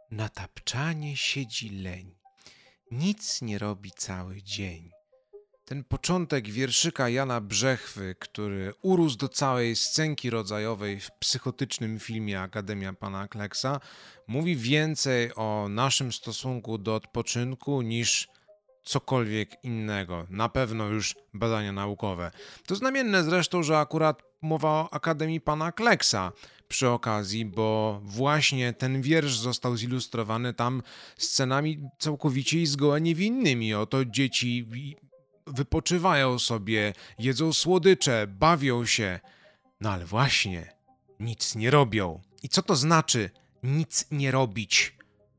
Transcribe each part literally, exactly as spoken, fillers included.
Na tapczanie siedzi leń, nic nie robi cały dzień. Ten początek wierszyka Jana Brzechwy, który urósł do całej scenki rodzajowej w psychotycznym filmie Akademia Pana Kleksa, mówi więcej o naszym stosunku do odpoczynku niż cokolwiek innego. Na pewno już badania naukowe. To znamienne zresztą, że akurat mowa o Akademii Pana Kleksa przy okazji, bo właśnie ten wiersz został zilustrowany tam scenami całkowicie i zgoła niewinnymi. Oto dzieci wypoczywają sobie, jedzą słodycze, bawią się. No ale właśnie, nic nie robią. I co to znaczy nic nie robić?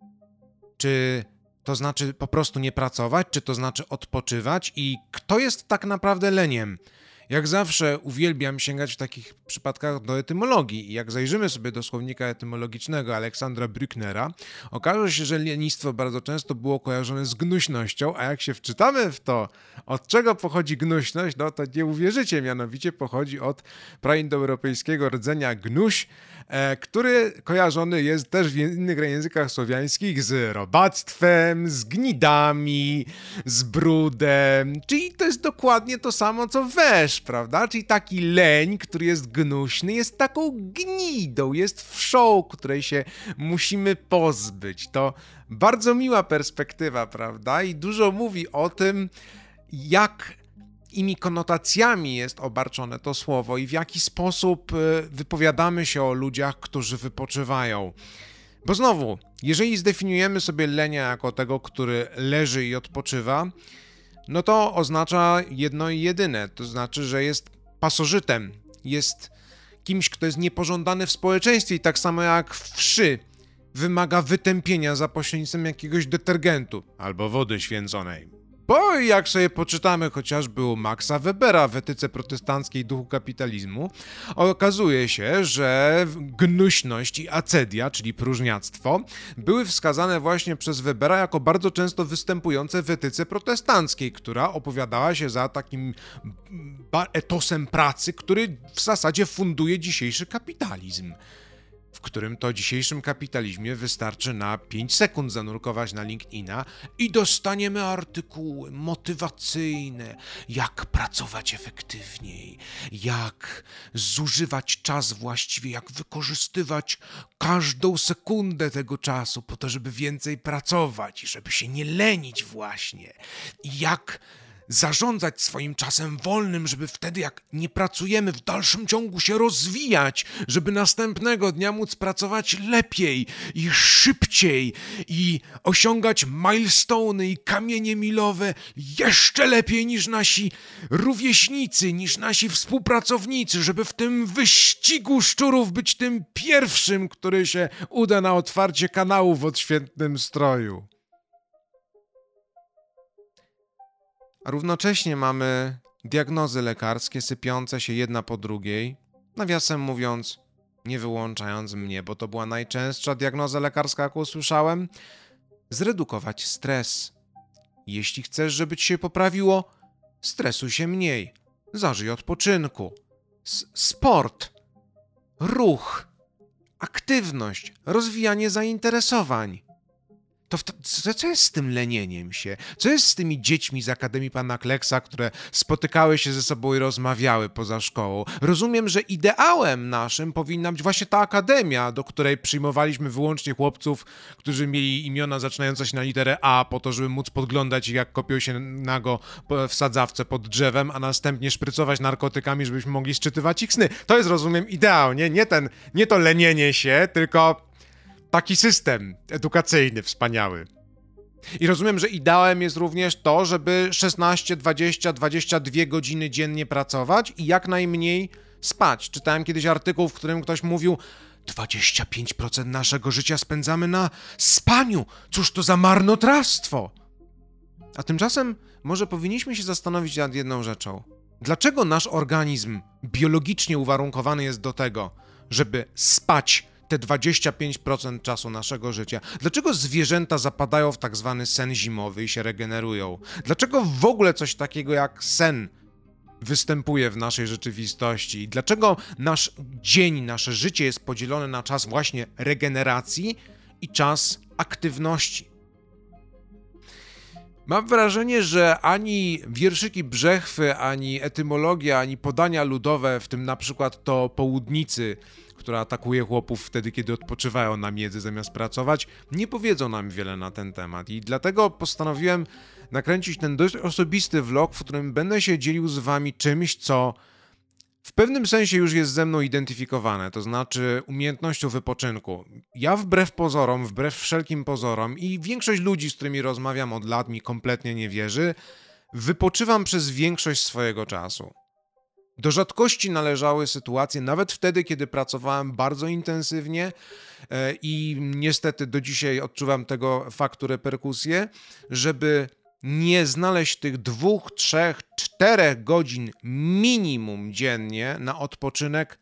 Czy to znaczy po prostu nie pracować? Czy to znaczy odpoczywać? I kto jest tak naprawdę leniem? Jak zawsze uwielbiam sięgać w takich przypadkach do etymologii i jak zajrzymy sobie do słownika etymologicznego Aleksandra Brücknera, okaże się, że lenistwo bardzo często było kojarzone z gnuśnością, a jak się wczytamy w to, od czego pochodzi gnuśność, no to nie uwierzycie, mianowicie pochodzi od praindoeuropejskiego rdzenia gnuś, e, który kojarzony jest też w innych językach słowiańskich z robactwem, z gnidami, z brudem, czyli to jest dokładnie to samo co wesz, prawda? Czyli taki leń, który jest gnuśny, jest taką gnidą, jest wszą, której się musimy pozbyć. To bardzo miła perspektywa, prawda? I dużo mówi o tym, jak imi konotacjami jest obarczone to słowo i w jaki sposób wypowiadamy się o ludziach, którzy wypoczywają. Bo znowu, jeżeli zdefiniujemy sobie lenia jako tego, który leży i odpoczywa, no to oznacza jedno i jedyne, to znaczy, że jest pasożytem, jest kimś, kto jest niepożądany w społeczeństwie i tak samo jak wszy wymaga wytępienia za pośrednictwem jakiegoś detergentu albo wody święconej. Bo jak sobie poczytamy chociażby u Maxa Webera w etyce protestanckiej duchu kapitalizmu, okazuje się, że gnuśność i acedia, czyli próżniactwo, były wskazane właśnie przez Webera jako bardzo często występujące w etyce protestanckiej, która opowiadała się za takim etosem pracy, który w zasadzie funduje dzisiejszy kapitalizm. W którym to dzisiejszym kapitalizmie wystarczy na pięć sekund zanurkować na LinkedIna i dostaniemy artykuły motywacyjne, jak pracować efektywniej, jak zużywać czas właściwie, jak wykorzystywać każdą sekundę tego czasu po to, żeby więcej pracować i żeby się nie lenić właśnie. I jak zarządzać swoim czasem wolnym, żeby wtedy jak nie pracujemy w dalszym ciągu się rozwijać, żeby następnego dnia móc pracować lepiej i szybciej i osiągać milestone'y i kamienie milowe jeszcze lepiej niż nasi rówieśnicy, niż nasi współpracownicy, żeby w tym wyścigu szczurów być tym pierwszym, który się uda na otwarcie kanału w odświętnym stroju. A równocześnie mamy diagnozy lekarskie sypiące się jedna po drugiej, nawiasem mówiąc, nie wyłączając mnie, bo to była najczęstsza diagnoza lekarska, jaką słyszałem, zredukować stres. Jeśli chcesz, żeby ci się poprawiło, stresuj się mniej, zażyj odpoczynku, S- sport, ruch, aktywność, rozwijanie zainteresowań. To co, co jest z tym lenieniem się? Co jest z tymi dziećmi z Akademii Pana Kleksa, które spotykały się ze sobą i rozmawiały poza szkołą? Rozumiem, że ideałem naszym powinna być właśnie ta akademia, do której przyjmowaliśmy wyłącznie chłopców, którzy mieli imiona zaczynające się na literę A, po to, żeby móc podglądać, jak kopią się nago w sadzawce pod drzewem, a następnie szprycować narkotykami, żebyśmy mogli szczytywać ich sny. To jest, rozumiem, ideał, nie? Nie, ten, nie to lenienie się, tylko taki system edukacyjny wspaniały. I rozumiem, że ideałem jest również to, żeby szesnaście, dwadzieścia, dwadzieścia dwie godziny dziennie pracować i jak najmniej spać. Czytałem kiedyś artykuł, w którym ktoś mówił, dwadzieścia pięć procent naszego życia spędzamy na spaniu. Cóż to za marnotrawstwo? A tymczasem może powinniśmy się zastanowić nad jedną rzeczą. Dlaczego nasz organizm biologicznie uwarunkowany jest do tego, żeby spać te dwadzieścia pięć procent czasu naszego życia? Dlaczego zwierzęta zapadają w tak zwany sen zimowy i się regenerują? Dlaczego w ogóle coś takiego jak sen występuje w naszej rzeczywistości? Dlaczego nasz dzień, nasze życie jest podzielone na czas właśnie regeneracji i czas aktywności. Mam wrażenie, że ani wierszyki Brzechwy, ani etymologia, ani podania ludowe, w tym na przykład to południcy, która atakuje chłopów wtedy, kiedy odpoczywają na miedzy zamiast pracować, nie powiedzą nam wiele na ten temat. I dlatego postanowiłem nakręcić ten dość osobisty vlog, w którym będę się dzielił z wami czymś, co w pewnym sensie już jest ze mną identyfikowane, to znaczy umiejętnością wypoczynku. Ja wbrew pozorom, wbrew wszelkim pozorom i większość ludzi, z którymi rozmawiam od lat, mi kompletnie nie wierzy, wypoczywam przez większość swojego czasu. Do rzadkości należały sytuacje, nawet wtedy, kiedy pracowałem bardzo intensywnie e, i niestety do dzisiaj odczuwam tego faktu reperkusje, żeby nie znaleźć tych dwóch, trzech, czterech godzin minimum dziennie na odpoczynek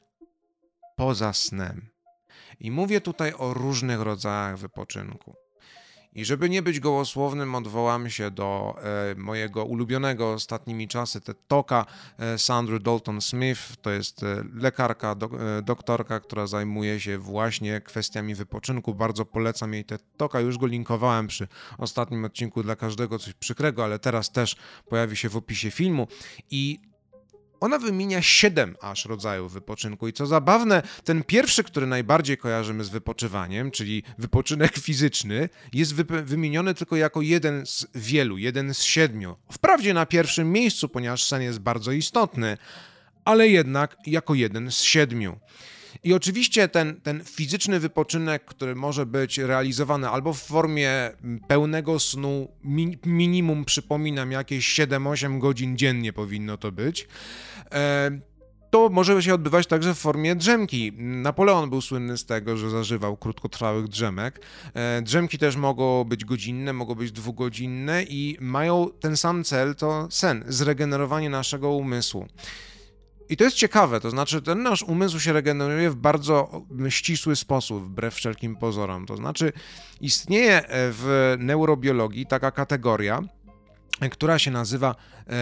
poza snem. I mówię tutaj o różnych rodzajach wypoczynku. I żeby nie być gołosłownym, odwołam się do e, mojego ulubionego ostatnimi czasy TED Talka e, Sandry Dalton Smith. To jest e, lekarka, do, e, doktorka, która zajmuje się właśnie kwestiami wypoczynku. Bardzo polecam jej TED Talka. Już go linkowałem przy ostatnim odcinku dla każdego coś przykrego, ale teraz też pojawi się w opisie filmu. I ona wymienia siedem aż rodzajów wypoczynku i co zabawne, ten pierwszy, który najbardziej kojarzymy z wypoczywaniem, czyli wypoczynek fizyczny, jest wy- wymieniony tylko jako jeden z wielu, jeden z siedmiu. Wprawdzie na pierwszym miejscu, ponieważ sen jest bardzo istotny, ale jednak jako jeden z siedmiu. I oczywiście ten, ten fizyczny wypoczynek, który może być realizowany albo w formie pełnego snu, mi, minimum przypominam jakieś siedem osiem godzin dziennie powinno to być, e, to może się odbywać także w formie drzemki. Napoleon był słynny z tego, że zażywał krótkotrwałych drzemek. E, drzemki też mogą być godzinne, mogą być dwugodzinne i mają ten sam cel, to sen, zregenerowanie naszego umysłu. I to jest ciekawe, to znaczy ten nasz umysł się regeneruje w bardzo ścisły sposób, wbrew wszelkim pozorom. To znaczy istnieje w neurobiologii taka kategoria, która się nazywa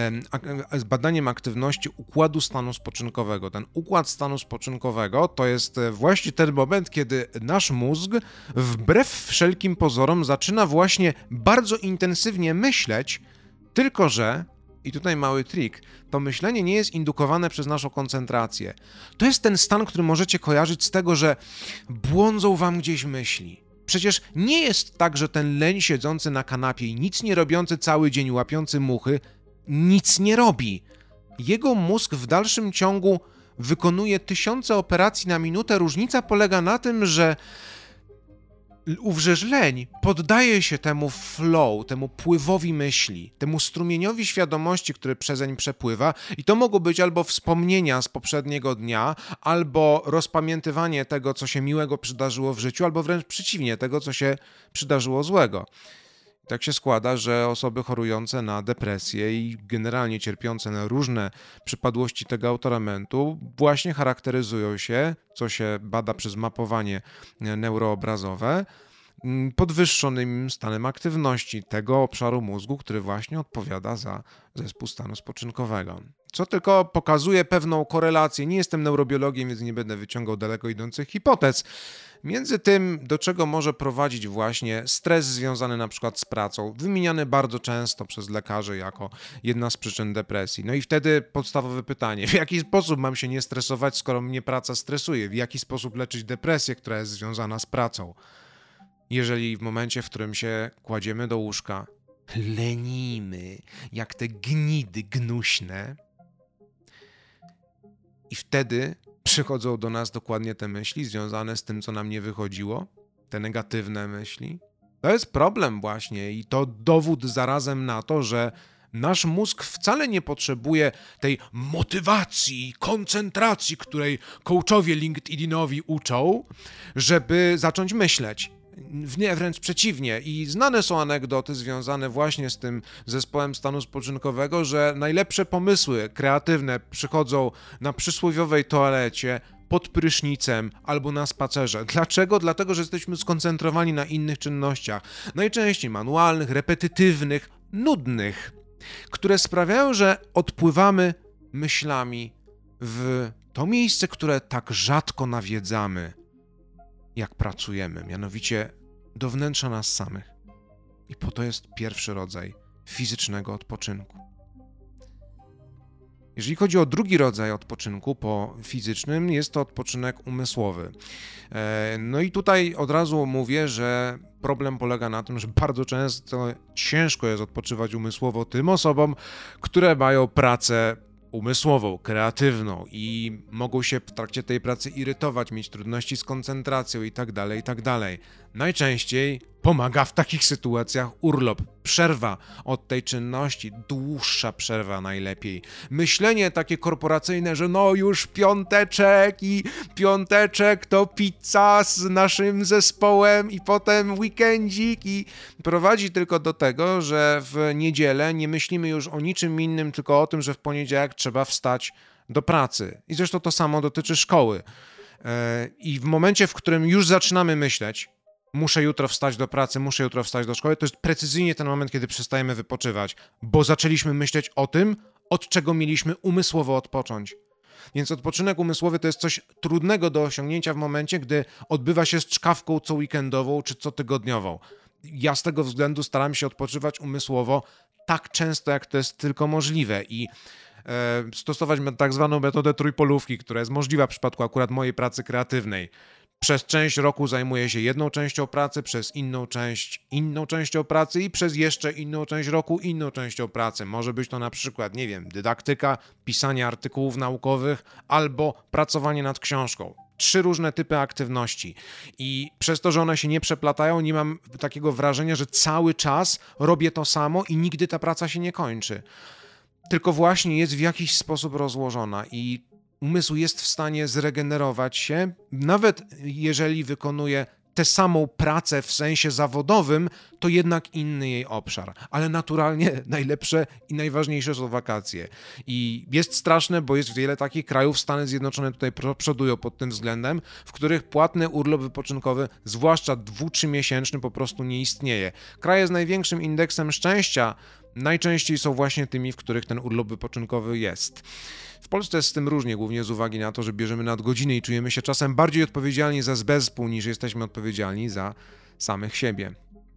e, badaniem aktywności układu stanu spoczynkowego. Ten układ stanu spoczynkowego to jest właśnie ten moment, kiedy nasz mózg wbrew wszelkim pozorom zaczyna właśnie bardzo intensywnie myśleć, tylko że i tutaj mały trik. To myślenie nie jest indukowane przez naszą koncentrację. To jest ten stan, który możecie kojarzyć z tego, że błądzą wam gdzieś myśli. Przecież nie jest tak, że ten leń siedzący na kanapie i nic nie robiący cały dzień, łapiący muchy, nic nie robi. Jego mózg w dalszym ciągu wykonuje tysiące operacji na minutę. Różnica polega na tym, że ówże leń poddaje się temu flow, temu pływowi myśli, temu strumieniowi świadomości, który przezeń przepływa i to mogą być albo wspomnienia z poprzedniego dnia, albo rozpamiętywanie tego, co się miłego przydarzyło w życiu, albo wręcz przeciwnie, tego, co się przydarzyło złego. Tak się składa, że osoby chorujące na depresję i generalnie cierpiące na różne przypadłości tego autoramentu właśnie charakteryzują się, co się bada przez mapowanie neuroobrazowe, podwyższonym stanem aktywności tego obszaru mózgu, który właśnie odpowiada za zespół stanu spoczynkowego. Co tylko pokazuje pewną korelację. Nie jestem neurobiologiem, więc nie będę wyciągał daleko idących hipotez. Między tym, do czego może prowadzić właśnie stres związany na przykład z pracą, wymieniany bardzo często przez lekarzy jako jedna z przyczyn depresji. No i wtedy podstawowe pytanie, w jaki sposób mam się nie stresować, skoro mnie praca stresuje? W jaki sposób leczyć depresję, która jest związana z pracą? Jeżeli w momencie, w którym się kładziemy do łóżka, lenimy, jak te gnidy gnuśne i wtedy przychodzą do nas dokładnie te myśli związane z tym, co nam nie wychodziło, te negatywne myśli. To jest problem właśnie i to dowód zarazem na to, że nasz mózg wcale nie potrzebuje tej motywacji, koncentracji, której coachowie LinkedInowi uczą, żeby zacząć myśleć. Nie, wręcz przeciwnie. I znane są anegdoty związane właśnie z tym zespołem stanu spoczynkowego, że najlepsze pomysły kreatywne przychodzą na przysłowiowej toalecie, pod prysznicem albo na spacerze. Dlaczego? Dlatego, że jesteśmy skoncentrowani na innych czynnościach. Najczęściej manualnych, repetytywnych, nudnych, które sprawiają, że odpływamy myślami w to miejsce, które tak rzadko nawiedzamy, jak pracujemy, mianowicie do wnętrza nas samych. I po to jest pierwszy rodzaj fizycznego odpoczynku. Jeżeli chodzi o drugi rodzaj odpoczynku po fizycznym, jest to odpoczynek umysłowy. No i tutaj od razu mówię, że problem polega na tym, że bardzo często ciężko jest odpoczywać umysłowo tym osobom, które mają pracę umysłową, kreatywną i mogą się w trakcie tej pracy irytować, mieć trudności z koncentracją i tak dalej, i tak dalej. Najczęściej pomaga w takich sytuacjach urlop, przerwa od tej czynności, dłuższa przerwa najlepiej. Myślenie takie korporacyjne, że no już piąteczek i piąteczek to pizza z naszym zespołem i potem weekendzik i prowadzi tylko do tego, że w niedzielę nie myślimy już o niczym innym, tylko o tym, że w poniedziałek trzeba wstać do pracy. I zresztą to samo dotyczy szkoły. I w momencie, w którym już zaczynamy myśleć, muszę jutro wstać do pracy, muszę jutro wstać do szkoły, to jest precyzyjnie ten moment, kiedy przestajemy wypoczywać, bo zaczęliśmy myśleć o tym, od czego mieliśmy umysłowo odpocząć. Więc odpoczynek umysłowy to jest coś trudnego do osiągnięcia w momencie, gdy odbywa się z czkawką co weekendową czy co tygodniową. Ja z tego względu staram się odpoczywać umysłowo tak często, jak to jest tylko możliwe i e, stosować tak zwaną metodę trójpolówki, która jest możliwa w przypadku akurat mojej pracy kreatywnej. Przez część roku zajmuję się jedną częścią pracy, przez inną część inną częścią pracy i przez jeszcze inną część roku inną częścią pracy. Może być to na przykład, nie wiem, dydaktyka, pisanie artykułów naukowych albo pracowanie nad książką. Trzy różne typy aktywności i przez to, że one się nie przeplatają, nie mam takiego wrażenia, że cały czas robię to samo i nigdy ta praca się nie kończy. Tylko właśnie jest w jakiś sposób rozłożona i umysł jest w stanie zregenerować się, nawet jeżeli wykonuje tę samą pracę w sensie zawodowym, to jednak inny jej obszar. Ale naturalnie najlepsze i najważniejsze są wakacje. I jest straszne, bo jest wiele takich krajów, Stany Zjednoczone tutaj przodują pod tym względem, w których płatny urlop wypoczynkowy, zwłaszcza dwu-, trzymiesięczny, po prostu nie istnieje. Kraje z największym indeksem szczęścia najczęściej są właśnie tymi, w których ten urlop wypoczynkowy jest. W Polsce jest z tym różnie, głównie z uwagi na to, że bierzemy nadgodziny i czujemy się czasem bardziej odpowiedzialni za zespół, niż jesteśmy odpowiedzialni za samych siebie.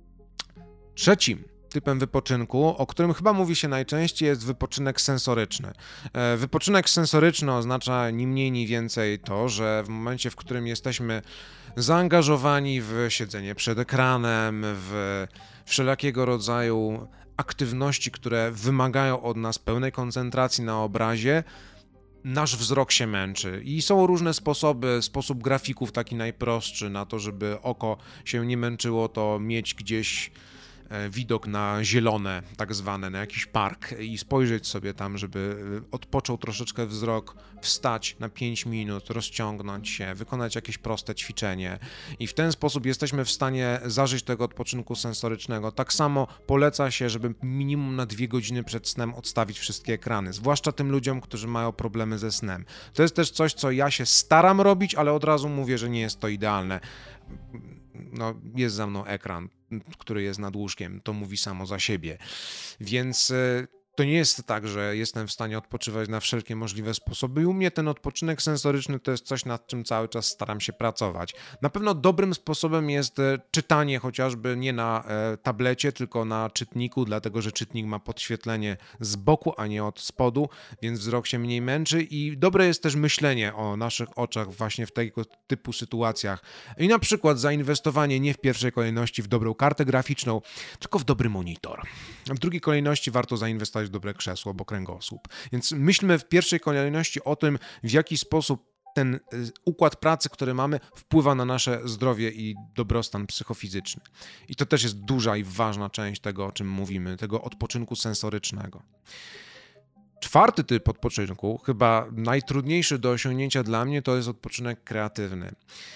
Trzecim typem wypoczynku, o którym chyba mówi się najczęściej, jest wypoczynek sensoryczny. Wypoczynek sensoryczny oznacza ni mniej, ni więcej to, że w momencie, w którym jesteśmy zaangażowani w siedzenie przed ekranem, w wszelakiego rodzaju aktywności, które wymagają od nas pełnej koncentracji na obrazie, nasz wzrok się męczy i są różne sposoby, sposób grafików taki najprostszy na to, żeby oko się nie męczyło, to mieć gdzieś widok na zielone, tak zwane, na jakiś park i spojrzeć sobie tam, żeby odpoczął troszeczkę wzrok, wstać na pięć minut, rozciągnąć się, wykonać jakieś proste ćwiczenie i w ten sposób jesteśmy w stanie zażyć tego odpoczynku sensorycznego. Tak samo poleca się, żeby minimum na dwie godziny przed snem odstawić wszystkie ekrany, zwłaszcza tym ludziom, którzy mają problemy ze snem. To jest też coś, co ja się staram robić, ale od razu mówię, że nie jest to idealne. No, jest za mną ekran, który jest nad łóżkiem, to mówi samo za siebie, więc to nie jest tak, że jestem w stanie odpoczywać na wszelkie możliwe sposoby i u mnie ten odpoczynek sensoryczny to jest coś, nad czym cały czas staram się pracować. Na pewno dobrym sposobem jest czytanie chociażby nie na tablecie, tylko na czytniku, dlatego że czytnik ma podświetlenie z boku, a nie od spodu, więc wzrok się mniej męczy i dobre jest też myślenie o naszych oczach właśnie w tego typu sytuacjach i na przykład zainwestowanie nie w pierwszej kolejności w dobrą kartę graficzną, tylko w dobry monitor. W drugiej kolejności warto zainwestować w dobre krzesło, bo kręgosłup. Więc myślmy w pierwszej kolejności o tym, w jaki sposób ten układ pracy, który mamy, wpływa na nasze zdrowie i dobrostan psychofizyczny. I to też jest duża i ważna część tego, o czym mówimy, tego odpoczynku sensorycznego. Czwarty typ odpoczynku, chyba najtrudniejszy do osiągnięcia dla mnie, to jest odpoczynek kreatywny.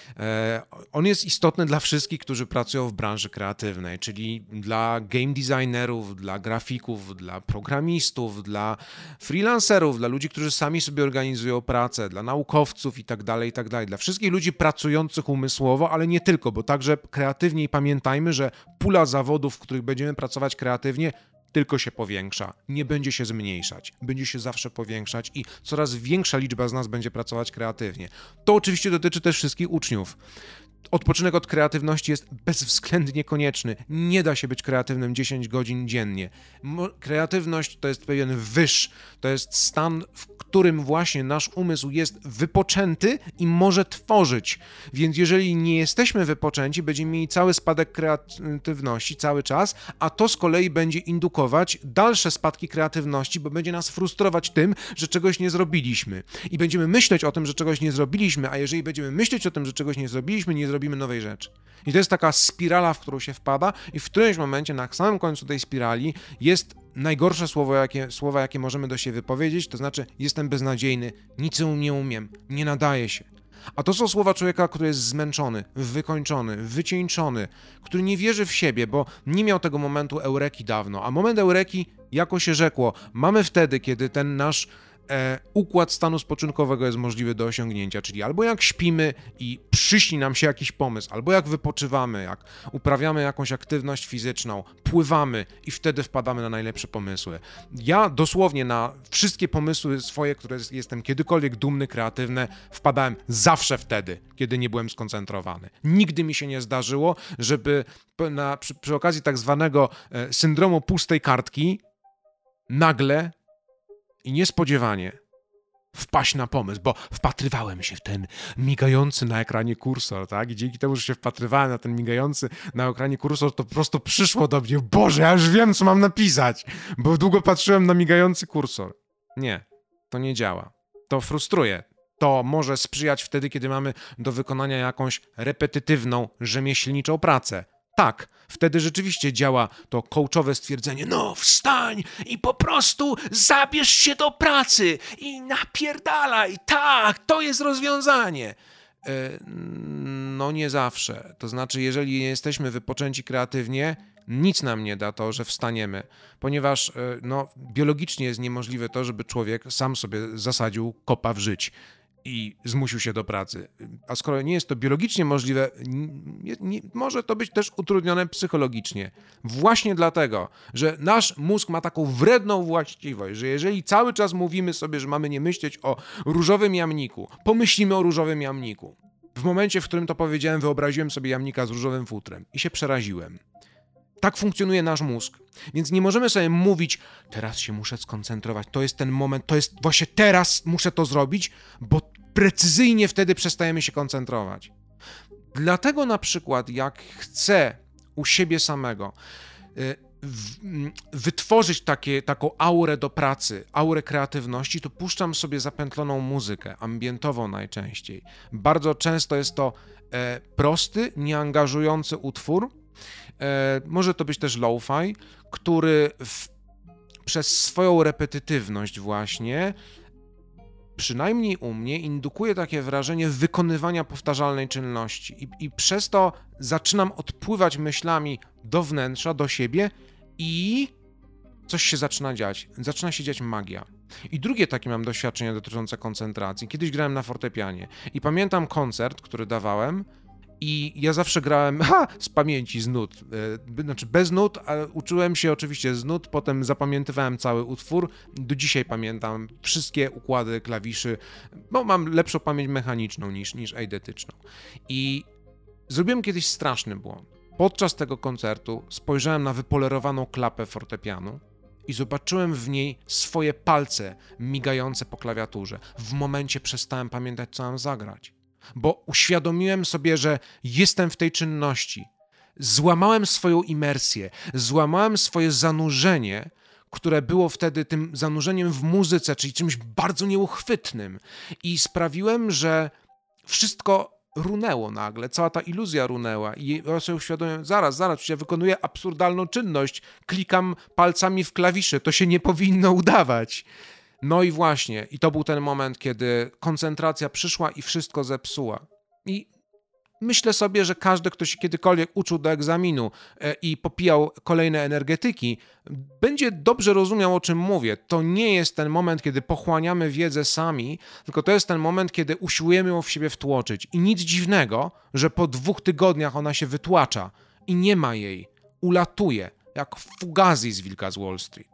On jest istotny dla wszystkich, którzy pracują w branży kreatywnej, czyli dla game designerów, dla grafików, dla programistów, dla freelancerów, dla ludzi, którzy sami sobie organizują pracę, dla naukowców i tak dalej, i tak dalej. Dla wszystkich ludzi pracujących umysłowo, ale nie tylko, bo także kreatywnie i pamiętajmy, że pula zawodów, w których będziemy pracować kreatywnie, tylko się powiększa, nie będzie się zmniejszać, będzie się zawsze powiększać i coraz większa liczba z nas będzie pracować kreatywnie. To oczywiście dotyczy też wszystkich uczniów. Odpoczynek od kreatywności jest bezwzględnie konieczny. Nie da się być kreatywnym dziesięć godzin dziennie. Mo- kreatywność to jest pewien wyż, to jest stan, w którym właśnie nasz umysł jest wypoczęty i może tworzyć. Więc jeżeli nie jesteśmy wypoczęci, będziemy mieli cały spadek kreatywności cały czas, a to z kolei będzie indukować dalsze spadki kreatywności, bo będzie nas frustrować tym, że czegoś nie zrobiliśmy. I będziemy myśleć o tym, że czegoś nie zrobiliśmy, a jeżeli będziemy myśleć o tym, że czegoś nie zrobiliśmy, nie zrobimy nowej rzeczy. I to jest taka spirala, w którą się wpada i w którymś momencie, na samym końcu tej spirali jest najgorsze słowo, jakie, słowa, jakie możemy do siebie wypowiedzieć, to znaczy jestem beznadziejny, nic nie umiem, nie nadaję się. A to są słowa człowieka, który jest zmęczony, wykończony, wycieńczony, który nie wierzy w siebie, bo nie miał tego momentu eureki dawno. A moment eureki, jako się rzekło, mamy wtedy, kiedy ten nasz E, układ stanu spoczynkowego jest możliwy do osiągnięcia, czyli albo jak śpimy i przyśni nam się jakiś pomysł, albo jak wypoczywamy, jak uprawiamy jakąś aktywność fizyczną, pływamy i wtedy wpadamy na najlepsze pomysły. Ja dosłownie na wszystkie pomysły swoje, które jestem kiedykolwiek dumny, kreatywne, wpadałem zawsze wtedy, kiedy nie byłem skoncentrowany. Nigdy mi się nie zdarzyło, żeby na, przy, przy okazji tak zwanego e, syndromu pustej kartki nagle i niespodziewanie wpaść na pomysł, bo wpatrywałem się w ten migający na ekranie kursor, tak? I dzięki temu, że się wpatrywałem na ten migający na ekranie kursor, to po prostu przyszło do mnie, Boże, ja już wiem, co mam napisać, bo długo patrzyłem na migający kursor. Nie, to nie działa. To frustruje. To może sprzyjać wtedy, kiedy mamy do wykonania jakąś repetytywną, rzemieślniczą pracę. Tak, wtedy rzeczywiście działa to coachowe stwierdzenie, no wstań i po prostu zabierz się do pracy i napierdalaj, tak, to jest rozwiązanie. E, no nie zawsze, to znaczy jeżeli nie jesteśmy wypoczęci kreatywnie, nic nam nie da to, że wstaniemy, ponieważ no, biologicznie jest niemożliwe to, żeby człowiek sam sobie zasadził kopa w żyć i zmusił się do pracy. A skoro nie jest to biologicznie możliwe, nie, nie, może to być też utrudnione psychologicznie. Właśnie dlatego, że nasz mózg ma taką wredną właściwość, że jeżeli cały czas mówimy sobie, że mamy nie myśleć o różowym jamniku, pomyślimy o różowym jamniku. W momencie, w którym to powiedziałem, wyobraziłem sobie jamnika z różowym futrem i się przeraziłem. Tak funkcjonuje nasz mózg. Więc nie możemy sobie mówić, teraz się muszę skoncentrować, to jest ten moment, to jest właśnie teraz muszę to zrobić, bo precyzyjnie wtedy przestajemy się koncentrować. Dlatego na przykład jak chcę u siebie samego y, w, wytworzyć takie, taką aurę do pracy, aurę kreatywności, to puszczam sobie zapętloną muzykę, ambientową najczęściej. Bardzo często jest to e, prosty, nieangażujący utwór, E, może to być też lo-fi, który w, przez swoją repetytywność właśnie, przynajmniej u mnie, indukuje takie wrażenie wykonywania powtarzalnej czynności i, i przez to zaczynam odpływać myślami do wnętrza, do siebie i coś się zaczyna dziać. Zaczyna się dziać magia. I drugie takie mam doświadczenie dotyczące koncentracji. Kiedyś grałem na fortepianie i pamiętam koncert, który dawałem, i ja zawsze grałem ha, z pamięci, z nut, yy, znaczy bez nut, ale uczyłem się oczywiście z nut, potem zapamiętywałem cały utwór, do dzisiaj pamiętam wszystkie układy klawiszy, bo mam lepszą pamięć mechaniczną niż, niż eidetyczną. I zrobiłem kiedyś straszny błąd. Podczas tego koncertu spojrzałem na wypolerowaną klapę fortepianu i zobaczyłem w niej swoje palce migające po klawiaturze. W momencie przestałem pamiętać, co mam zagrać. Bo uświadomiłem sobie, że jestem w tej czynności. Złamałem swoją imersję, złamałem swoje zanurzenie, które było wtedy tym zanurzeniem w muzyce, czyli czymś bardzo nieuchwytnym. I sprawiłem, że wszystko runęło nagle, cała ta iluzja runęła. I ja sobie uświadomiłem, zaraz, zaraz, ja wykonuję absurdalną czynność, klikam palcami w klawisze, to się nie powinno udawać. No i właśnie, i to był ten moment, kiedy koncentracja przyszła i wszystko zepsuła. I myślę sobie, że każdy, kto się kiedykolwiek uczył do egzaminu i popijał kolejne energetyki, będzie dobrze rozumiał, o czym mówię. To nie jest ten moment, kiedy pochłaniamy wiedzę sami, tylko to jest ten moment, kiedy usiłujemy ją w siebie wtłoczyć. I nic dziwnego, że po dwóch tygodniach ona się wytłacza i nie ma jej, ulatuje, jak Fugazi z Wilka z Wall Street.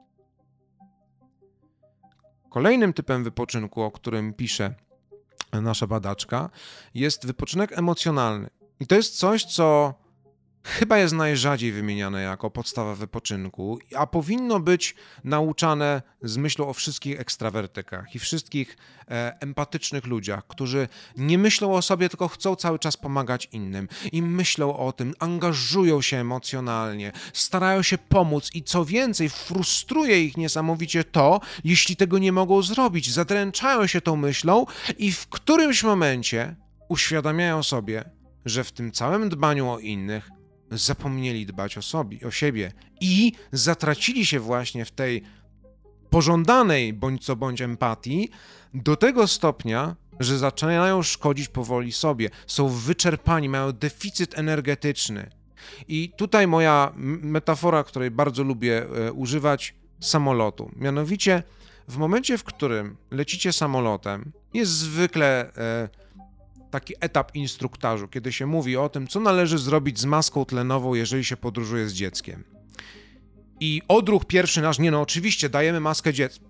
Kolejnym typem wypoczynku, o którym pisze nasza badaczka, jest wypoczynek emocjonalny. I to jest coś, co chyba jest najrzadziej wymieniane jako podstawa wypoczynku, a powinno być nauczane z myślą o wszystkich ekstrawertykach i wszystkich e, empatycznych ludziach, którzy nie myślą o sobie, tylko chcą cały czas pomagać innym i myślą o tym, angażują się emocjonalnie, starają się pomóc i co więcej, frustruje ich niesamowicie to, jeśli tego nie mogą zrobić, zadręczają się tą myślą i w którymś momencie uświadamiają sobie, że w tym całym dbaniu o innych zapomnieli dbać o sobie, o siebie i zatracili się właśnie w tej pożądanej bądź co bądź empatii do tego stopnia, że zaczynają szkodzić powoli sobie, są wyczerpani, mają deficyt energetyczny. I tutaj moja metafora, której bardzo lubię e, używać, samolotu. Mianowicie w momencie, w którym lecicie samolotem, jest zwykle e, taki etap instruktażu, kiedy się mówi o tym, co należy zrobić z maską tlenową, jeżeli się podróżuje z dzieckiem. I odruch pierwszy nasz, nie no, oczywiście dajemy maskę dziecku.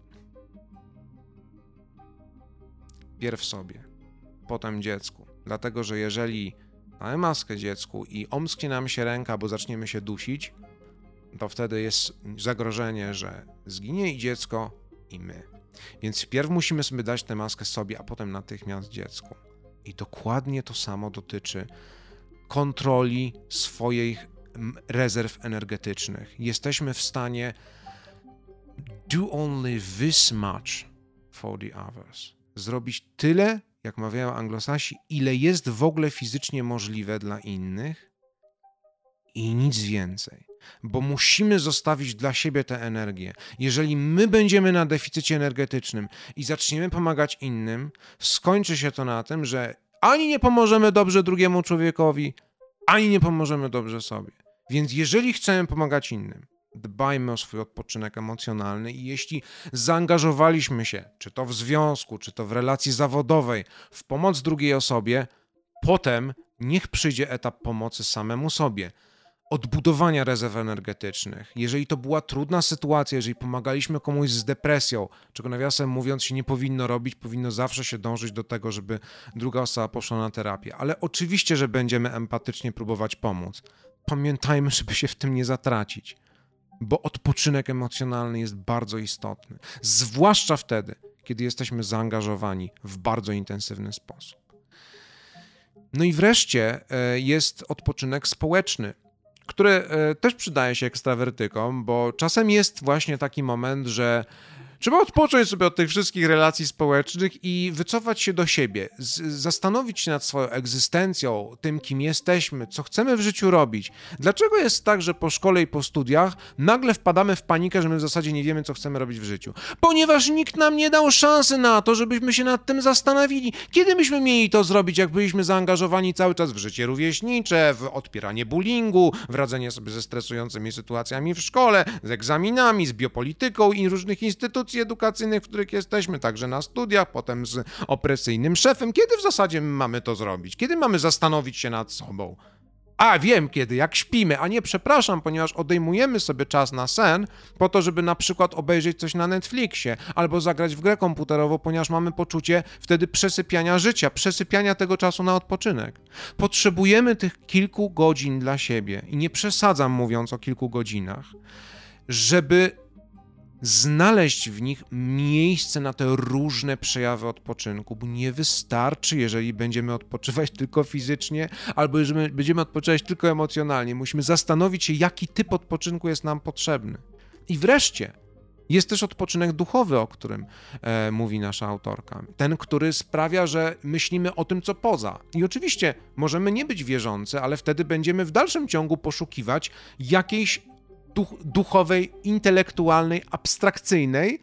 Pierw sobie, potem dziecku. Dlatego, że jeżeli damy maskę dziecku i omsknie nam się ręka, bo zaczniemy się dusić, to wtedy jest zagrożenie, że zginie i dziecko, i my. Więc wpierw musimy sobie dać tę maskę sobie, a potem natychmiast dziecku. I dokładnie to samo dotyczy kontroli swoich rezerw energetycznych. Jesteśmy w stanie do only this much for the others. Zrobić tyle, jak mawiają anglosasi, ile jest w ogóle fizycznie możliwe dla innych i nic więcej. Bo musimy zostawić dla siebie tę energię. Jeżeli my będziemy na deficycie energetycznym i zaczniemy pomagać innym, skończy się to na tym, że ani nie pomożemy dobrze drugiemu człowiekowi, ani nie pomożemy dobrze sobie. Więc jeżeli chcemy pomagać innym, dbajmy o swój odpoczynek emocjonalny i jeśli zaangażowaliśmy się, czy to w związku, czy to w relacji zawodowej, w pomoc drugiej osobie, potem niech przyjdzie etap pomocy samemu sobie. Odbudowania rezerw energetycznych. Jeżeli to była trudna sytuacja, jeżeli pomagaliśmy komuś z depresją, czego nawiasem mówiąc się nie powinno robić, powinno zawsze się dążyć do tego, żeby druga osoba poszła na terapię. Ale oczywiście, że będziemy empatycznie próbować pomóc. Pamiętajmy, żeby się w tym nie zatracić, bo odpoczynek emocjonalny jest bardzo istotny. Zwłaszcza wtedy, kiedy jesteśmy zaangażowani w bardzo intensywny sposób. No i wreszcie jest odpoczynek społeczny, który też przydaje się ekstrawertykom, bo czasem jest właśnie taki moment, że trzeba odpocząć sobie od tych wszystkich relacji społecznych i wycofać się do siebie, z- zastanowić się nad swoją egzystencją, tym, kim jesteśmy, co chcemy w życiu robić. Dlaczego jest tak, że po szkole i po studiach nagle wpadamy w panikę, że my w zasadzie nie wiemy, co chcemy robić w życiu? Ponieważ nikt nam nie dał szansy na to, żebyśmy się nad tym zastanowili. Kiedy myśmy mieli to zrobić, jak byliśmy zaangażowani cały czas w życie rówieśnicze, w odpieranie bullyingu, w radzenie sobie ze stresującymi sytuacjami w szkole, z egzaminami, z biopolityką i różnych instytucji edukacyjnych, w których jesteśmy, także na studiach, potem z opresyjnym szefem. Kiedy w zasadzie mamy to zrobić? Kiedy mamy zastanowić się nad sobą? A, wiem kiedy, jak śpimy, a nie, przepraszam, ponieważ odejmujemy sobie czas na sen po to, żeby na przykład obejrzeć coś na Netflixie albo zagrać w grę komputerową, ponieważ mamy poczucie wtedy przesypiania życia, przesypiania tego czasu na odpoczynek. Potrzebujemy tych kilku godzin dla siebie i nie przesadzam mówiąc o kilku godzinach, żeby znaleźć w nich miejsce na te różne przejawy odpoczynku, bo nie wystarczy, jeżeli będziemy odpoczywać tylko fizycznie, albo jeżeli będziemy odpoczywać tylko emocjonalnie. Musimy zastanowić się, jaki typ odpoczynku jest nam potrzebny. I wreszcie jest też odpoczynek duchowy, o którym e, mówi nasza autorka. Ten, który sprawia, że myślimy o tym, co poza. I oczywiście możemy nie być wierzący, ale wtedy będziemy w dalszym ciągu poszukiwać jakiejś Duch, duchowej, intelektualnej, abstrakcyjnej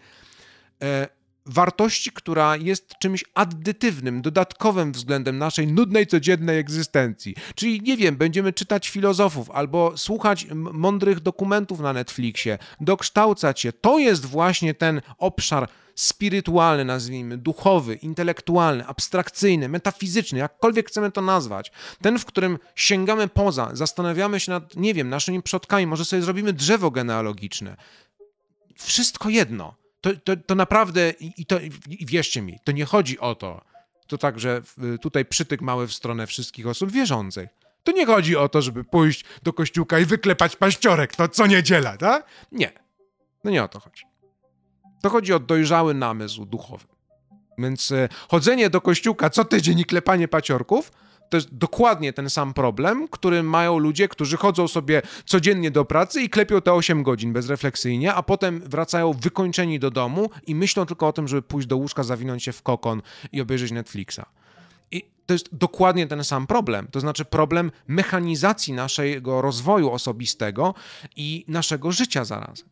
e, wartości, która jest czymś addytywnym, dodatkowym względem naszej nudnej, codziennej egzystencji. Czyli, nie wiem, będziemy czytać filozofów albo słuchać m- mądrych dokumentów na Netflixie, dokształcać się. To jest właśnie ten obszar spirytualny, nazwijmy, duchowy, intelektualny, abstrakcyjny, metafizyczny, jakkolwiek chcemy to nazwać. Ten, w którym sięgamy poza, zastanawiamy się nad, nie wiem, naszymi przodkami, może sobie zrobimy drzewo genealogiczne. Wszystko jedno. To, to, to naprawdę, i, to, i wierzcie mi, to nie chodzi o to, to także tutaj przytyk mały w stronę wszystkich osób wierzących. To nie chodzi o to, żeby pójść do kościółka i wyklepać paździorek, to co niedziela, tak? Nie. No nie o to chodzi. To chodzi o dojrzały namysł duchowy. Więc e, chodzenie do kościółka co tydzień i klepanie paciorków to jest dokładnie ten sam problem, który mają ludzie, którzy chodzą sobie codziennie do pracy i klepią te osiem godzin bezrefleksyjnie, a potem wracają wykończeni do domu i myślą tylko o tym, żeby pójść do łóżka, zawinąć się w kokon i obejrzeć Netflixa. I to jest dokładnie ten sam problem. To znaczy problem mechanizacji naszego rozwoju osobistego i naszego życia zarazem.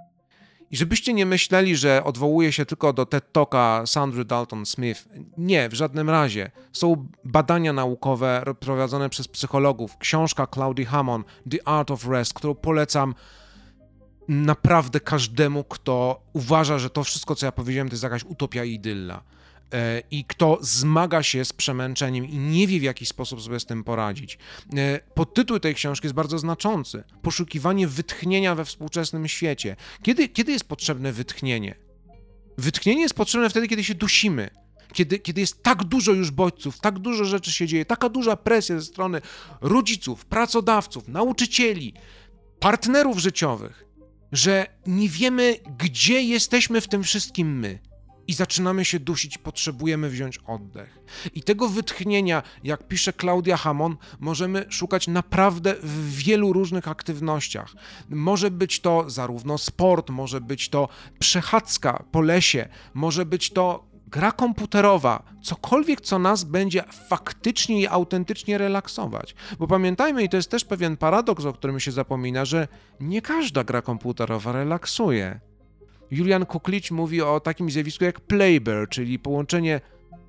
I żebyście nie myśleli, że odwołuje się tylko do TED Talka Sandry Dalton Smith. Nie, w żadnym razie. Są badania naukowe prowadzone przez psychologów. Książka Claudii Hammond, The Art of Rest, którą polecam naprawdę każdemu, kto uważa, że to wszystko, co ja powiedziałem, to jest jakaś utopia i idylla. I kto zmaga się z przemęczeniem i nie wie, w jaki sposób sobie z tym poradzić. Podtytuł tej książki jest bardzo znaczący. Poszukiwanie wytchnienia we współczesnym świecie. Kiedy, kiedy jest potrzebne wytchnienie? Wytchnienie jest potrzebne wtedy, kiedy się dusimy. Kiedy, kiedy jest tak dużo już bodźców, tak dużo rzeczy się dzieje, taka duża presja ze strony rodziców, pracodawców, nauczycieli, partnerów życiowych, że nie wiemy, gdzie jesteśmy w tym wszystkim my. I zaczynamy się dusić, potrzebujemy wziąć oddech. I tego wytchnienia, jak pisze Claudia Hammond, możemy szukać naprawdę w wielu różnych aktywnościach. Może być to zarówno sport, może być to przechadzka po lesie, może być to gra komputerowa, cokolwiek, co nas będzie faktycznie i autentycznie relaksować. Bo pamiętajmy, i to jest też pewien paradoks, o którym się zapomina, że nie każda gra komputerowa relaksuje. Julian Kuklicz mówi o takim zjawisku jak playbur, czyli połączenie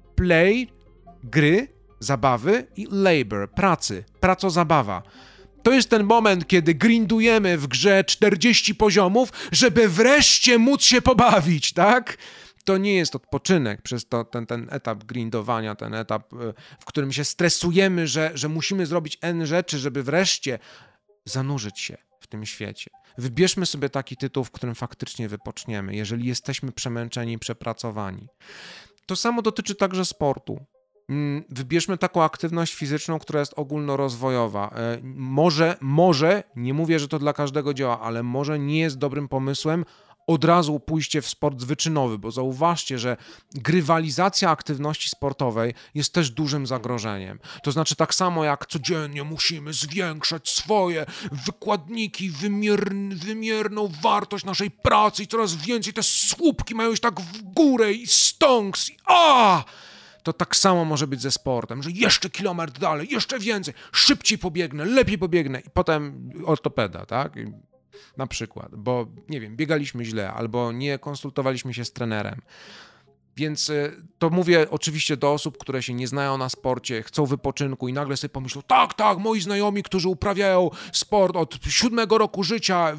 play, gry, zabawy i labor, pracy, praco-zabawa. To jest ten moment, kiedy grindujemy w grze czterdzieści poziomów, żeby wreszcie móc się pobawić, tak? To nie jest odpoczynek przez to, ten, ten etap grindowania, ten etap, w którym się stresujemy, że, że musimy zrobić N rzeczy, żeby wreszcie zanurzyć się w tym świecie. Wybierzmy sobie taki tytuł, w którym faktycznie wypoczniemy, jeżeli jesteśmy przemęczeni i przepracowani. To samo dotyczy także sportu. Wybierzmy taką aktywność fizyczną, która jest ogólnorozwojowa. Może, może, nie mówię, że to dla każdego działa, ale może nie jest dobrym pomysłem od razu pójście w sport wyczynowy, bo zauważcie, że grywalizacja aktywności sportowej jest też dużym zagrożeniem. To znaczy tak samo jak codziennie musimy zwiększać swoje wykładniki, wymier, wymierną wartość naszej pracy i coraz więcej te słupki mają iść tak w górę i stonks i a! To tak samo może być ze sportem, że jeszcze kilometr dalej, jeszcze więcej, szybciej pobiegnę, lepiej pobiegnę i potem ortopeda, tak? Na przykład, bo nie wiem, biegaliśmy źle albo nie konsultowaliśmy się z trenerem. Więc to mówię oczywiście do osób, które się nie znają na sporcie, chcą wypoczynku i nagle sobie pomyślą, tak, tak, moi znajomi, którzy uprawiają sport od siódmego roku życia,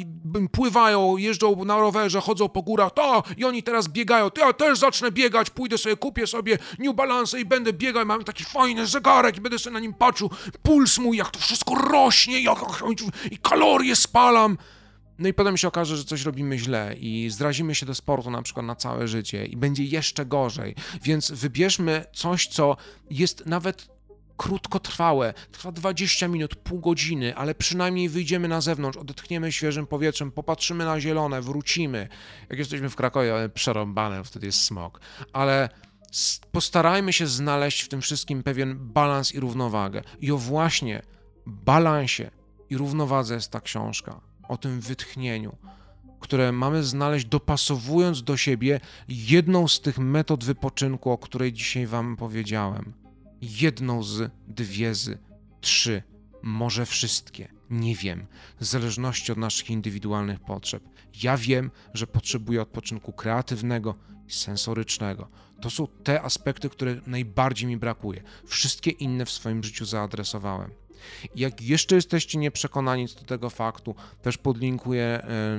pływają, jeżdżą na rowerze, chodzą po górach, to i oni teraz biegają, to ja też zacznę biegać, pójdę sobie, kupię sobie New Balance i będę biegał, mam taki fajny zegarek i będę sobie na nim patrzył, puls mój, jak to wszystko rośnie, jak, i kalorie spalam. No i potem się okaże, że coś robimy źle i zrazimy się do sportu na przykład na całe życie i będzie jeszcze gorzej. Więc wybierzmy coś, co jest nawet krótkotrwałe, trwa dwadzieścia minut, pół godziny, ale przynajmniej wyjdziemy na zewnątrz, odetchniemy świeżym powietrzem, popatrzymy na zielone, wrócimy. Jak jesteśmy w Krakowie, przerąbane, wtedy jest smog. Ale postarajmy się znaleźć w tym wszystkim pewien balans i równowagę. I o właśnie balansie i równowadze jest ta książka. O tym wytchnieniu, które mamy znaleźć dopasowując do siebie jedną z tych metod wypoczynku, o której dzisiaj wam powiedziałem. Jedną z, dwie z, trzy, może wszystkie, nie wiem, w zależności od naszych indywidualnych potrzeb. Ja wiem, że potrzebuję odpoczynku kreatywnego i sensorycznego. To są te aspekty, które najbardziej mi brakuje. Wszystkie inne w swoim życiu zaadresowałem. Jak jeszcze jesteście nieprzekonani co do tego faktu, też podlinkuję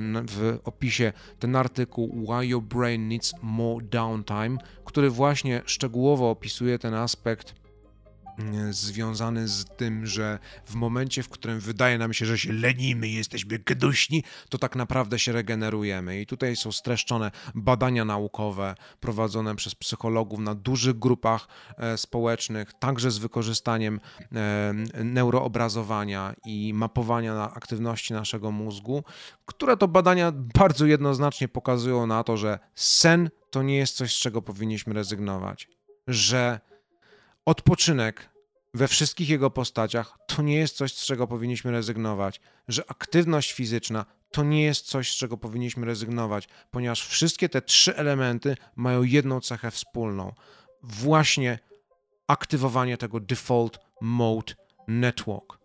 w opisie ten artykuł Why Your Brain Needs More Downtime, który właśnie szczegółowo opisuje ten aspekt związany z tym, że w momencie, w którym wydaje nam się, że się lenimy, jesteśmy gnuśni, to tak naprawdę się regenerujemy. I tutaj są streszczone badania naukowe prowadzone przez psychologów na dużych grupach e, społecznych, także z wykorzystaniem e, neuroobrazowania i mapowania na aktywności naszego mózgu, które to badania bardzo jednoznacznie pokazują na to, że sen to nie jest coś, z czego powinniśmy rezygnować, że odpoczynek we wszystkich jego postaciach to nie jest coś, z czego powinniśmy rezygnować, że aktywność fizyczna to nie jest coś, z czego powinniśmy rezygnować, ponieważ wszystkie te trzy elementy mają jedną cechę wspólną. Właśnie aktywowanie tego Default Mode Network.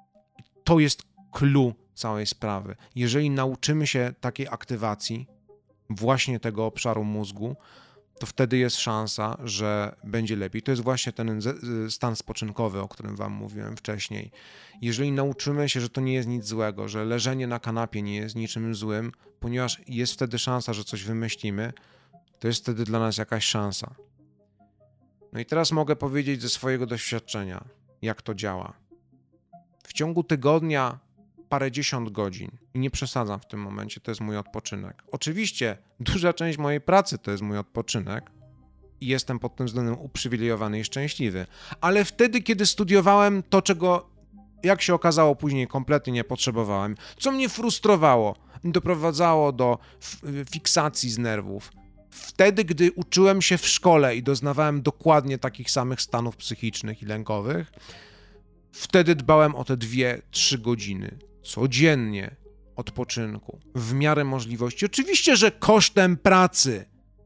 To jest clue całej sprawy. Jeżeli nauczymy się takiej aktywacji właśnie tego obszaru mózgu, to wtedy jest szansa, że będzie lepiej. To jest właśnie ten stan spoczynkowy, o którym wam mówiłem wcześniej. Jeżeli nauczymy się, że to nie jest nic złego, że leżenie na kanapie nie jest niczym złym, ponieważ jest wtedy szansa, że coś wymyślimy, to jest wtedy dla nas jakaś szansa. No i teraz mogę powiedzieć ze swojego doświadczenia, jak to działa. W ciągu tygodnia parędziesiąt godzin, i nie przesadzam w tym momencie, to jest mój odpoczynek. Oczywiście duża część mojej pracy to jest mój odpoczynek i jestem pod tym względem uprzywilejowany i szczęśliwy, ale wtedy, kiedy studiowałem to, czego, jak się okazało później, kompletnie nie potrzebowałem, co mnie frustrowało, doprowadzało do fiksacji z nerwów, wtedy, gdy uczyłem się w szkole i doznawałem dokładnie takich samych stanów psychicznych i lękowych, wtedy dbałem o te dwie, trzy godziny codziennie odpoczynku, w miarę możliwości. Oczywiście, że kosztem pracy,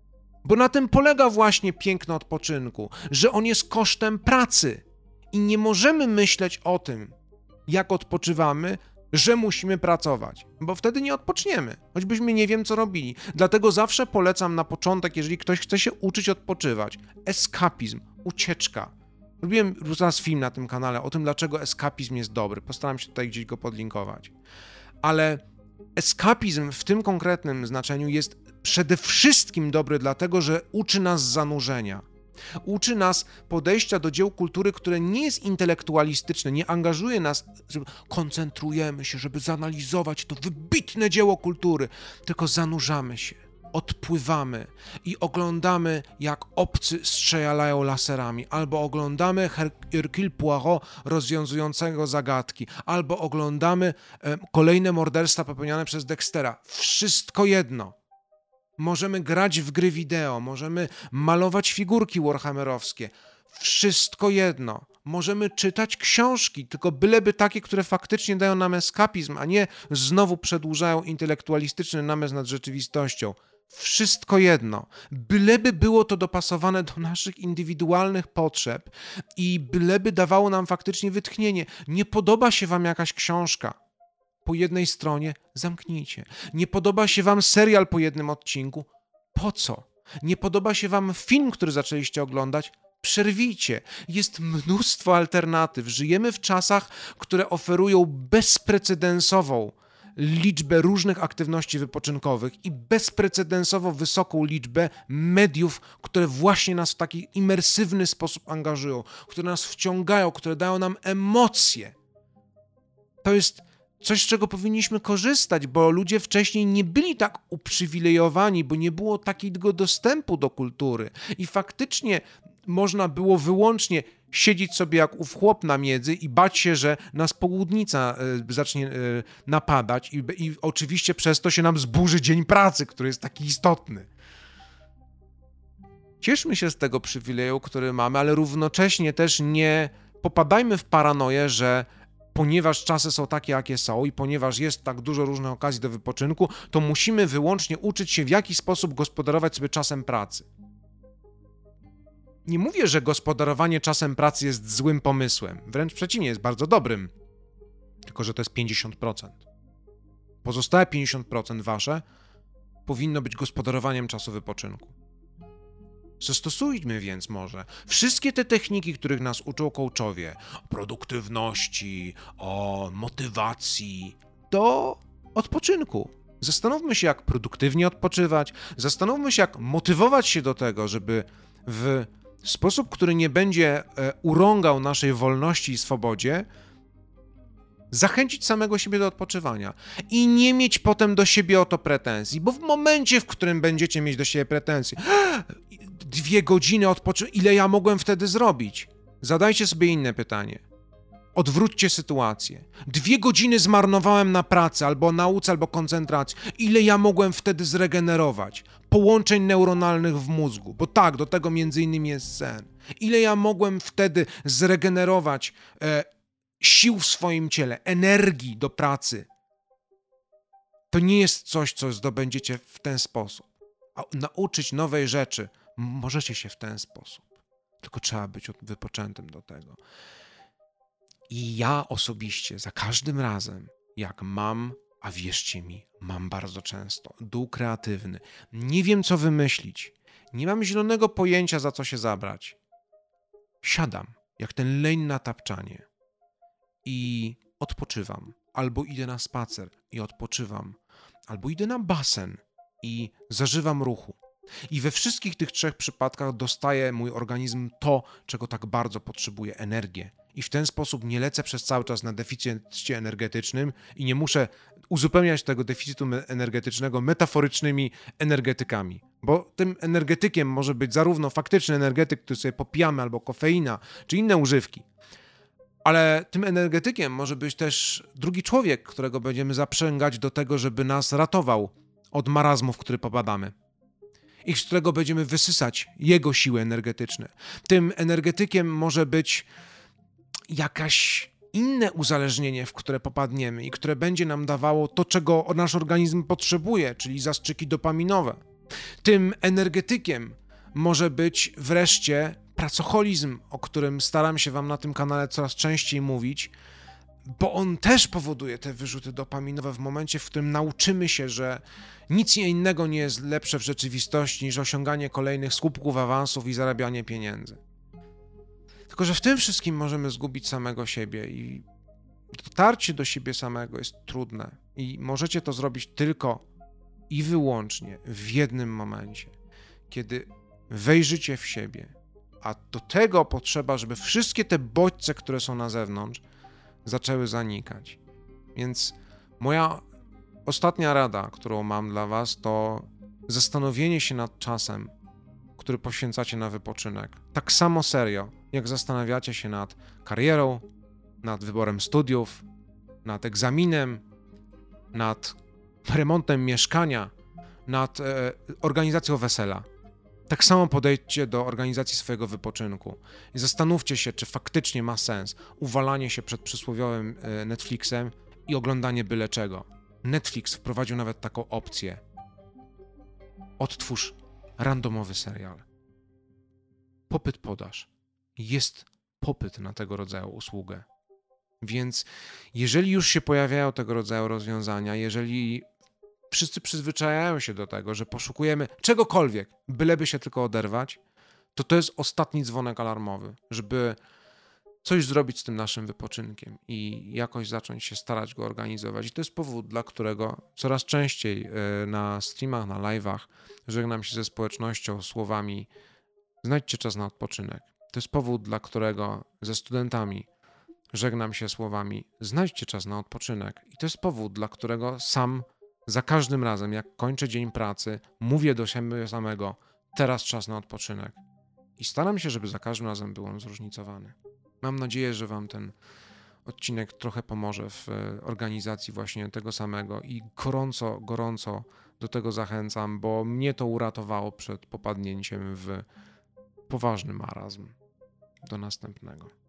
bo na tym polega właśnie piękno odpoczynku, że on jest kosztem pracy i nie możemy myśleć o tym, jak odpoczywamy, że musimy pracować, bo wtedy nie odpoczniemy, choćbyśmy nie wiem, co robili. Dlatego zawsze polecam na początek, jeżeli ktoś chce się uczyć odpoczywać, eskapizm, ucieczka. Robiłem raz film na tym kanale o tym, dlaczego eskapizm jest dobry. Postaram się tutaj gdzieś go podlinkować. Ale eskapizm w tym konkretnym znaczeniu jest przede wszystkim dobry dlatego, że uczy nas zanurzenia. Uczy nas podejścia do dzieł kultury, które nie jest intelektualistyczne, nie angażuje nas, że koncentrujemy się, żeby zanalizować to wybitne dzieło kultury, tylko zanurzamy się. Odpływamy i oglądamy, jak obcy strzelają laserami, albo oglądamy Hercule Poirot rozwiązującego zagadki, albo oglądamy e, kolejne morderstwa popełniane przez Dextera. Wszystko jedno. Możemy grać w gry wideo, możemy malować figurki warhammerowskie. Wszystko jedno. Możemy czytać książki, tylko byleby takie, które faktycznie dają nam eskapizm, a nie znowu przedłużają intelektualistyczny namysł nad rzeczywistością. Wszystko jedno. Byleby było to dopasowane do naszych indywidualnych potrzeb i byleby dawało nam faktycznie wytchnienie. Nie podoba się wam jakaś książka? Po jednej stronie zamknijcie. Nie podoba się wam serial po jednym odcinku? Po co? Nie podoba się wam film, który zaczęliście oglądać? Przerwijcie. Jest mnóstwo alternatyw. Żyjemy w czasach, które oferują bezprecedensową liczbę różnych aktywności wypoczynkowych i bezprecedensowo wysoką liczbę mediów, które właśnie nas w taki imersywny sposób angażują, które nas wciągają, które dają nam emocje. To jest coś, z czego powinniśmy korzystać, bo ludzie wcześniej nie byli tak uprzywilejowani, bo nie było takiego dostępu do kultury i faktycznie można było wyłącznie siedzieć sobie jak ów chłop na miedzy i bać się, że nas południca y, zacznie y, napadać i, i oczywiście przez to się nam zburzy dzień pracy, który jest taki istotny. Cieszmy się z tego przywileju, który mamy, ale równocześnie też nie popadajmy w paranoję, że ponieważ czasy są takie, jakie są i ponieważ jest tak dużo różnych okazji do wypoczynku, to musimy wyłącznie uczyć się, w jaki sposób gospodarować sobie czasem pracy. Nie mówię, że gospodarowanie czasem pracy jest złym pomysłem. Wręcz przeciwnie, jest bardzo dobrym. Tylko że to jest pięćdziesiąt procent. Pozostałe pięćdziesiąt procent wasze powinno być gospodarowaniem czasu wypoczynku. Zastosujmy więc może wszystkie te techniki, których nas uczą coachowie, o produktywności, o motywacji, do odpoczynku. Zastanówmy się, jak produktywnie odpoczywać, zastanówmy się, jak motywować się do tego, żeby w Sposób, który nie będzie e, urągał naszej wolności i swobodzie, zachęcić samego siebie do odpoczywania i nie mieć potem do siebie o to pretensji, bo w momencie, w którym będziecie mieć do siebie pretensje, dwie godziny odpoczynku, ile ja mogłem wtedy zrobić? Zadajcie sobie inne pytanie. Odwróćcie sytuację. Dwie godziny zmarnowałem na pracę, albo nauce, albo koncentracji. Ile ja mogłem wtedy zregenerować? Połączeń neuronalnych w mózgu, bo tak, do tego między innymi jest sen. Ile ja mogłem wtedy zregenerować e, sił w swoim ciele, energii do pracy? To nie jest coś, co zdobędziecie w ten sposób. A nauczyć nowej rzeczy możecie się w ten sposób. Tylko trzeba być wypoczętym do tego. I ja osobiście za każdym razem, jak mam, a wierzcie mi, mam bardzo często, dół kreatywny, nie wiem co wymyślić, nie mam zielonego pojęcia za co się zabrać, siadam, jak ten leń na tapczanie i odpoczywam. Albo idę na spacer i odpoczywam, albo idę na basen i zażywam ruchu. I we wszystkich tych trzech przypadkach dostaje mój organizm to, czego tak bardzo potrzebuje, energię. I w ten sposób nie lecę przez cały czas na deficycie energetycznym i nie muszę uzupełniać tego deficytu energetycznego metaforycznymi energetykami. Bo tym energetykiem może być zarówno faktyczny energetyk, który sobie popijamy, albo kofeina, czy inne używki. Ale tym energetykiem może być też drugi człowiek, którego będziemy zaprzęgać do tego, żeby nas ratował od marazmu, w który popadamy. I z którego będziemy wysysać jego siły energetyczne. Tym energetykiem może być jakaś inne uzależnienie, w które popadniemy i które będzie nam dawało to, czego nasz organizm potrzebuje, czyli zastrzyki dopaminowe. Tym energetykiem może być wreszcie pracoholizm, o którym staram się wam na tym kanale coraz częściej mówić, bo on też powoduje te wyrzuty dopaminowe w momencie, w którym nauczymy się, że nic innego nie jest lepsze w rzeczywistości niż osiąganie kolejnych słupków, awansów i zarabianie pieniędzy. Tylko że w tym wszystkim możemy zgubić samego siebie i dotarcie do siebie samego jest trudne i możecie to zrobić tylko i wyłącznie w jednym momencie, kiedy wejrzycie w siebie, a do tego potrzeba, żeby wszystkie te bodźce, które są na zewnątrz, zaczęły zanikać. Więc moja ostatnia rada, którą mam dla was, to zastanowienie się nad czasem, który poświęcacie na wypoczynek. Tak samo serio, jak zastanawiacie się nad karierą, nad wyborem studiów, nad egzaminem, nad remontem mieszkania, nad e, organizacją wesela. Tak samo podejdźcie do organizacji swojego wypoczynku i zastanówcie się, czy faktycznie ma sens uwalanie się przed przysłowiowym e, Netflixem i oglądanie byle czego. Netflix wprowadził nawet taką opcję. Odtwórz randomowy serial. Popyt podaż. Jest popyt na tego rodzaju usługę. Więc jeżeli już się pojawiają tego rodzaju rozwiązania, jeżeli wszyscy przyzwyczajają się do tego, że poszukujemy czegokolwiek, byleby się tylko oderwać, to to jest ostatni dzwonek alarmowy, żeby coś zrobić z tym naszym wypoczynkiem i jakoś zacząć się starać go organizować. I to jest powód, dla którego coraz częściej na streamach, na live'ach żegnam się ze społecznością słowami: znajdźcie czas na odpoczynek. To jest powód, dla którego ze studentami żegnam się słowami: znajdźcie czas na odpoczynek. I to jest powód, dla którego sam za każdym razem, jak kończę dzień pracy, mówię do siebie samego: teraz czas na odpoczynek. I staram się, żeby za każdym razem był on zróżnicowany. Mam nadzieję, że wam ten odcinek trochę pomoże w organizacji właśnie tego samego i gorąco, gorąco do tego zachęcam, bo mnie to uratowało przed popadnięciem w poważny marazm. Do następnego.